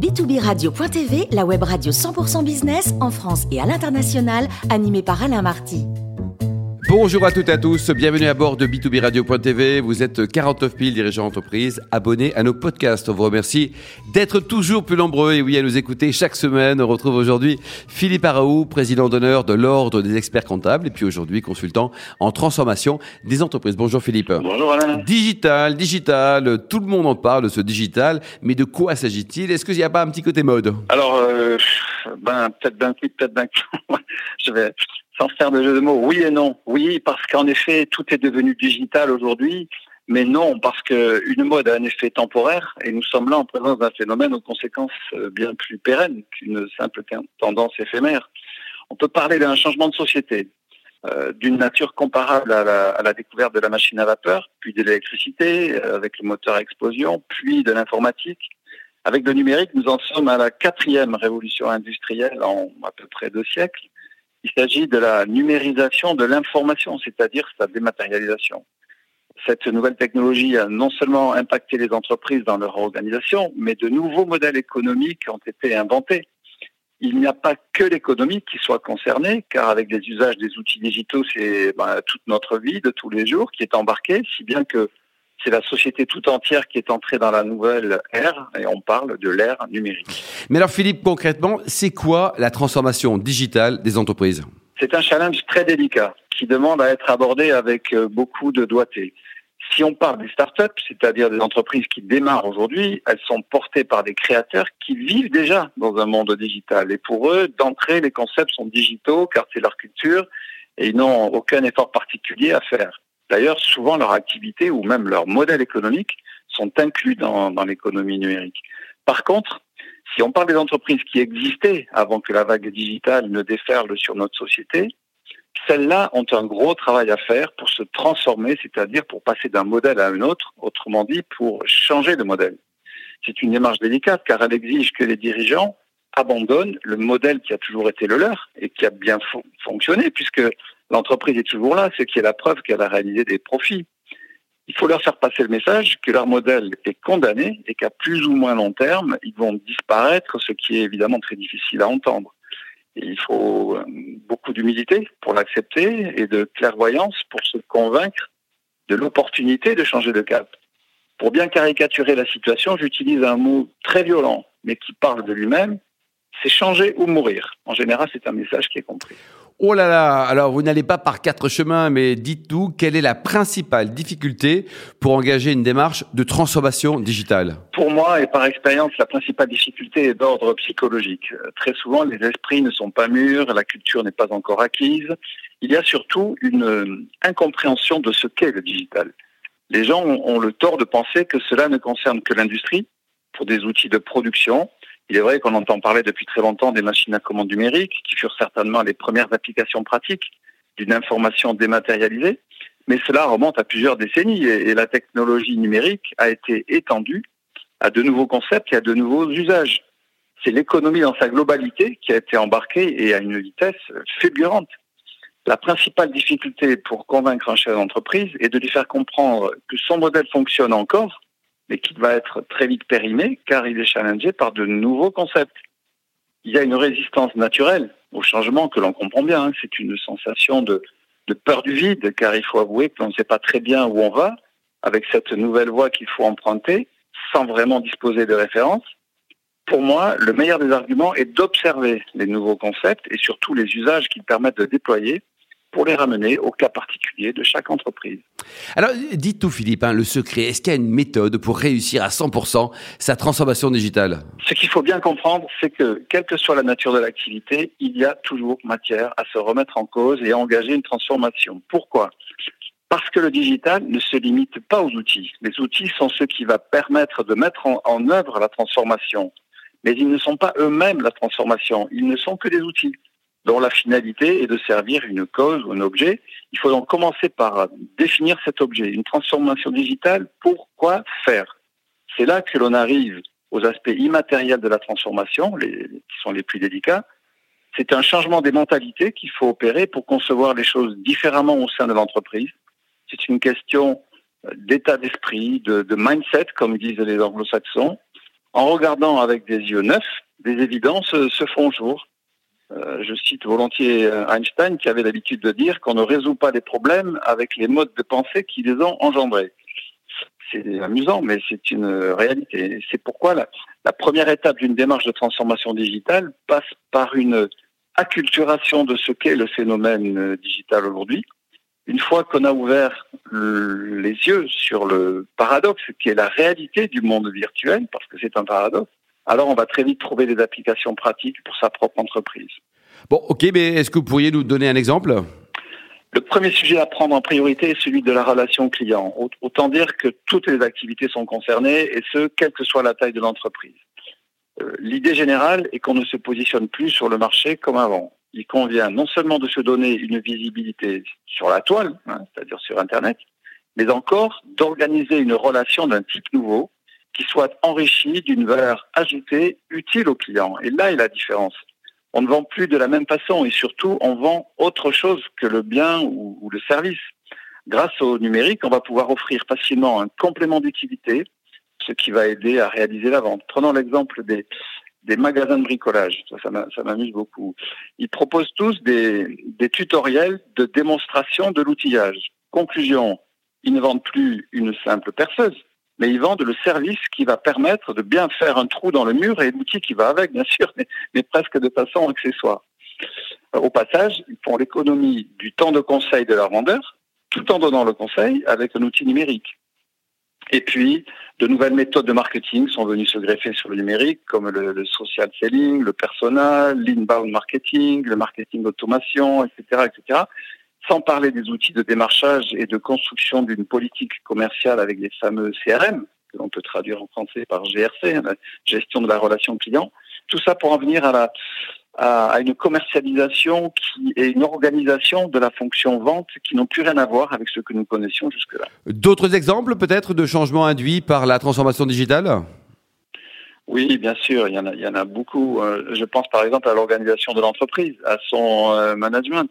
B2B Radio.tv, la web radio 100% business en France et à l'international, animée par Alain Marty. Bonjour à toutes et à tous, bienvenue à bord de B2B Radio.tv. Vous êtes 49 000 dirigeants d'entreprise abonnés à nos podcasts. On vous remercie d'être toujours plus nombreux et oui, à nous écouter chaque semaine. On retrouve aujourd'hui Philippe Araou, président d'honneur de l'Ordre des experts comptables et puis aujourd'hui consultant en transformation des entreprises. Bonjour Philippe. Bonjour Alain. Digital, tout le monde en parle de ce digital, mais de quoi s'agit-il ? Est-ce qu'il n'y a pas un petit côté mode ? Alors, peut-être d'un coup, peut-être d'un coup. Je vais... Sans faire de jeu de mots, oui et non. Oui, parce qu'en effet, tout est devenu digital aujourd'hui, mais non, parce qu'une mode a un effet temporaire, et nous sommes là en présence d'un phénomène aux conséquences bien plus pérennes qu'une simple tendance éphémère. On peut parler d'un changement de société, d'une nature comparable à la découverte de la machine à vapeur, puis de l'électricité, avec le moteur à explosion, puis de l'informatique. Avec le numérique, nous en sommes à la 4e révolution industrielle en à peu près 2 siècles. Il s'agit de la numérisation de l'information, c'est-à-dire sa dématérialisation. Cette nouvelle technologie a non seulement impacté les entreprises dans leur organisation, mais de nouveaux modèles économiques ont été inventés. Il n'y a pas que l'économie qui soit concernée, car avec les usages des outils digitaux, c'est toute notre vie de tous les jours qui est embarquée, si bien que c'est la société tout entière qui est entrée dans la nouvelle ère, et on parle de l'ère numérique. Mais alors Philippe, concrètement, c'est quoi la transformation digitale des entreprises ? C'est un challenge très délicat qui demande à être abordé avec beaucoup de doigté. Si on parle des startups, c'est-à-dire des entreprises qui démarrent aujourd'hui, elles sont portées par des créateurs qui vivent déjà dans un monde digital. Et pour eux, d'entrée, les concepts sont digitaux car c'est leur culture et ils n'ont aucun effort particulier à faire. D'ailleurs, souvent, leur activité ou même leur modèle économique sont inclus dans l'économie numérique. Par contre, si on parle des entreprises qui existaient avant que la vague digitale ne déferle sur notre société, celles-là ont un gros travail à faire pour se transformer, c'est-à-dire pour passer d'un modèle à un autre, autrement dit, pour changer de modèle. C'est une démarche délicate car elle exige que les dirigeants abandonnent le modèle qui a toujours été le leur et qui a bien fonctionné puisque l'entreprise est toujours là, ce qui est la preuve qu'elle a réalisé des profits. Il faut leur faire passer le message que leur modèle est condamné et qu'à plus ou moins long terme, ils vont disparaître, ce qui est évidemment très difficile à entendre. Et il faut beaucoup d'humilité pour l'accepter et de clairvoyance pour se convaincre de l'opportunité de changer de cap. Pour bien caricaturer la situation, j'utilise un mot très violent, mais qui parle de lui-même, c'est changer ou mourir. En général, c'est un message qui est compris. Oh là là, alors vous n'allez pas par 4 chemins, mais dites-nous, quelle est la principale difficulté pour engager une démarche de transformation digitale ? Pour moi, et par expérience, la principale difficulté est d'ordre psychologique. Très souvent, les esprits ne sont pas mûrs, la culture n'est pas encore acquise. Il y a surtout une incompréhension de ce qu'est le digital. Les gens ont le tort de penser que cela ne concerne que l'industrie, pour des outils de production. Il est vrai qu'on entend parler depuis très longtemps des machines à commande numériques, qui furent certainement les premières applications pratiques d'une information dématérialisée, mais cela remonte à plusieurs décennies et la technologie numérique a été étendue à de nouveaux concepts et à de nouveaux usages. C'est l'économie dans sa globalité qui a été embarquée et à une vitesse fulgurante. La principale difficulté pour convaincre un chef d'entreprise est de lui faire comprendre que son modèle fonctionne encore, mais qu'il va être très vite périmé car il est challengé par de nouveaux concepts. Il y a une résistance naturelle au changement que l'on comprend bien. C'est une sensation de peur du vide car il faut avouer que l'on ne sait pas très bien où on va avec cette nouvelle voie qu'il faut emprunter sans vraiment disposer de références. Pour moi, le meilleur des arguments est d'observer les nouveaux concepts et surtout les usages qu'ils permettent de déployer pour les ramener au cas particulier de chaque entreprise. Alors, dites tout Philippe, le secret, est-ce qu'il y a une méthode pour réussir à 100% sa transformation digitale ? Ce qu'il faut bien comprendre, c'est que, quelle que soit la nature de l'activité, il y a toujours matière à se remettre en cause et à engager une transformation. Pourquoi ? Parce que le digital ne se limite pas aux outils. Les outils sont ceux qui vont permettre de mettre en œuvre la transformation. Mais ils ne sont pas eux-mêmes la transformation, ils ne sont que des outils dont la finalité est de servir une cause ou un objet. Il faut donc commencer par définir cet objet. Une transformation digitale, pourquoi faire ? C'est là que l'on arrive aux aspects immatériels de la transformation, qui sont les plus délicats. C'est un changement des mentalités qu'il faut opérer pour concevoir les choses différemment au sein de l'entreprise. C'est une question d'état d'esprit, de mindset, comme disent les anglo-saxons. en regardant avec des yeux neufs, des évidences se font jour. Je cite volontiers Einstein qui avait l'habitude de dire qu'on ne résout pas les problèmes avec les modes de pensée qui les ont engendrés. C'est amusant, mais c'est une réalité. C'est pourquoi la première étape d'une démarche de transformation digitale passe par une acculturation de ce qu'est le phénomène digital aujourd'hui. Une fois qu'on a ouvert les yeux sur le paradoxe qui est la réalité du monde virtuel, parce que c'est un paradoxe, alors on va très vite trouver des applications pratiques pour sa propre entreprise. Bon, ok, mais est-ce que vous pourriez nous donner un exemple ? Le premier sujet à prendre en priorité est celui de la relation client. Autant dire que toutes les activités sont concernées, et ce, quelle que soit la taille de l'entreprise. L'idée générale est qu'on ne se positionne plus sur le marché comme avant. Il convient non seulement de se donner une visibilité sur la toile, c'est-à-dire sur Internet, mais encore d'organiser une relation d'un type nouveau qui soit enrichie d'une valeur ajoutée utile au client. Et là est la différence. On ne vend plus de la même façon et surtout, on vend autre chose que le bien ou le service. Grâce au numérique, on va pouvoir offrir facilement un complément d'utilité, ce qui va aider à réaliser la vente. Prenons l'exemple des magasins de bricolage. Ça m'amuse beaucoup. Ils proposent tous des tutoriels de démonstration de l'outillage. Conclusion, ils ne vendent plus une simple perceuse, mais ils vendent le service qui va permettre de bien faire un trou dans le mur et l'outil qui va avec, bien sûr, mais presque de façon accessoire. Au passage, ils font l'économie du temps de conseil de leur vendeur, tout en donnant le conseil avec un outil numérique. Et puis, de nouvelles méthodes de marketing sont venues se greffer sur le numérique, comme le social selling, le persona, l'inbound marketing, le marketing automation, etc., etc., sans parler des outils de démarchage et de construction d'une politique commerciale avec les fameux CRM, que l'on peut traduire en français par GRC, la gestion de la relation client. Tout ça pour en venir à une commercialisation et une organisation de la fonction vente qui n'ont plus rien à voir avec ce que nous connaissions jusque-là. D'autres exemples peut-être de changements induits par la transformation digitale ? Oui, bien sûr, il y en a beaucoup. Je pense par exemple à l'organisation de l'entreprise, à son management.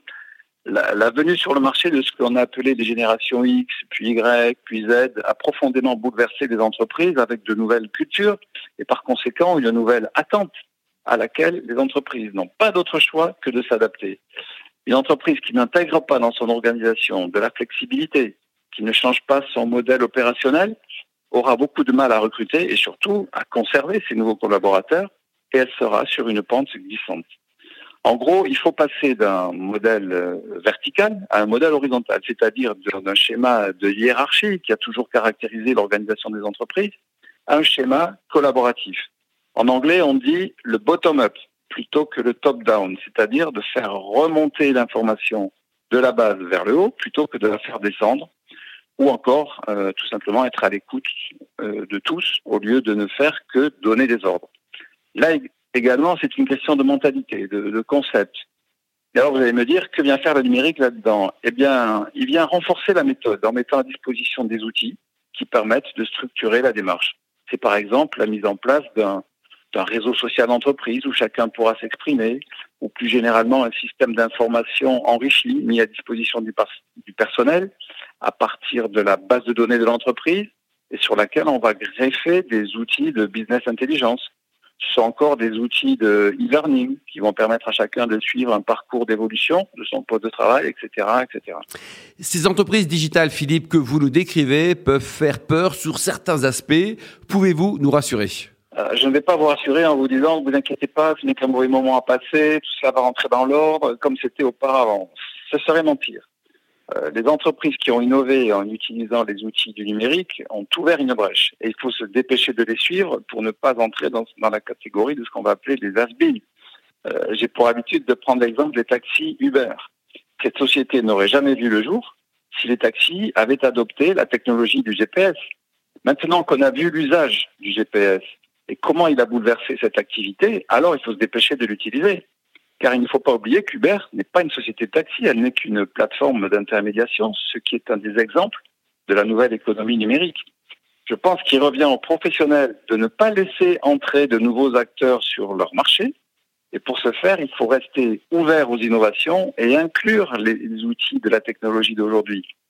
La venue sur le marché de ce qu'on a appelé les générations X, puis Y, puis Z, a profondément bouleversé les entreprises avec de nouvelles cultures et par conséquent une nouvelle attente à laquelle les entreprises n'ont pas d'autre choix que de s'adapter. Une entreprise qui n'intègre pas dans son organisation de la flexibilité, qui ne change pas son modèle opérationnel, aura beaucoup de mal à recruter et surtout à conserver ses nouveaux collaborateurs et elle sera sur une pente glissante. En gros, il faut passer d'un modèle vertical à un modèle horizontal, c'est-à-dire d'un schéma de hiérarchie qui a toujours caractérisé l'organisation des entreprises à un schéma collaboratif. En anglais, on dit le bottom-up plutôt que le top-down, c'est-à-dire de faire remonter l'information de la base vers le haut plutôt que de la faire descendre, ou encore tout simplement être à l'écoute de tous au lieu de ne faire que donner des ordres. Là également, c'est une question de mentalité, de concept. Et alors vous allez me dire, que vient faire le numérique là-dedans ? Eh bien, il vient renforcer la méthode en mettant à disposition des outils qui permettent de structurer la démarche. C'est par exemple la mise en place d'un réseau social d'entreprise où chacun pourra s'exprimer, ou plus généralement un système d'information enrichi mis à disposition du personnel à partir de la base de données de l'entreprise et sur laquelle on va greffer des outils de business intelligence. Ce sont encore des outils de e-learning qui vont permettre à chacun de suivre un parcours d'évolution de son poste de travail, etc., etc. Ces entreprises digitales, Philippe, que vous nous décrivez, peuvent faire peur sur certains aspects. Pouvez-vous nous rassurer ? Je ne vais pas vous rassurer en vous disant ne vous inquiétez pas, ce n'est qu'un mauvais moment à passer, tout cela va rentrer dans l'ordre comme c'était auparavant. Ce serait mentir. Les entreprises qui ont innové en utilisant les outils du numérique ont ouvert une brèche et il faut se dépêcher de les suivre pour ne pas entrer dans la catégorie de ce qu'on va appeler les has-beens. J'ai pour habitude de prendre l'exemple des taxis Uber. Cette société n'aurait jamais vu le jour si les taxis avaient adopté la technologie du GPS. Maintenant qu'on a vu l'usage du GPS et comment il a bouleversé cette activité, alors il faut se dépêcher de l'utiliser. Car il ne faut pas oublier qu'Uber n'est pas une société de taxi, elle n'est qu'une plateforme d'intermédiation, ce qui est un des exemples de la nouvelle économie numérique. Je pense qu'il revient aux professionnels de ne pas laisser entrer de nouveaux acteurs sur leur marché. Et pour ce faire, il faut rester ouvert aux innovations et inclure les outils de la technologie d'aujourd'hui.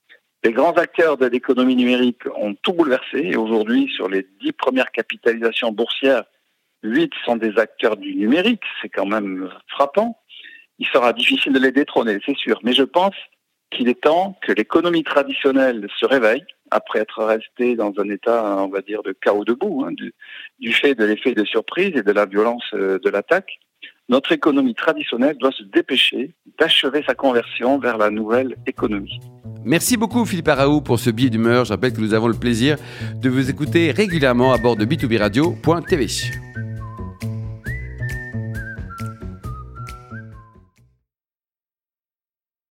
Les grands acteurs de l'économie numérique ont tout bouleversé et aujourd'hui, sur les 10 premières capitalisations boursières, 8 sont des acteurs du numérique. C'est quand même frappant. Il sera difficile de les détrôner, c'est sûr. Mais je pense qu'il est temps que l'économie traditionnelle se réveille après être restée dans un état, on va dire, de chaos debout, du fait de l'effet de surprise et de la violence de l'attaque. Notre économie traditionnelle doit se dépêcher d'achever sa conversion vers la nouvelle économie. Merci beaucoup Philippe Araou pour ce billet d'humeur. Je rappelle que nous avons le plaisir de vous écouter régulièrement à bord de b2b-radio.tv.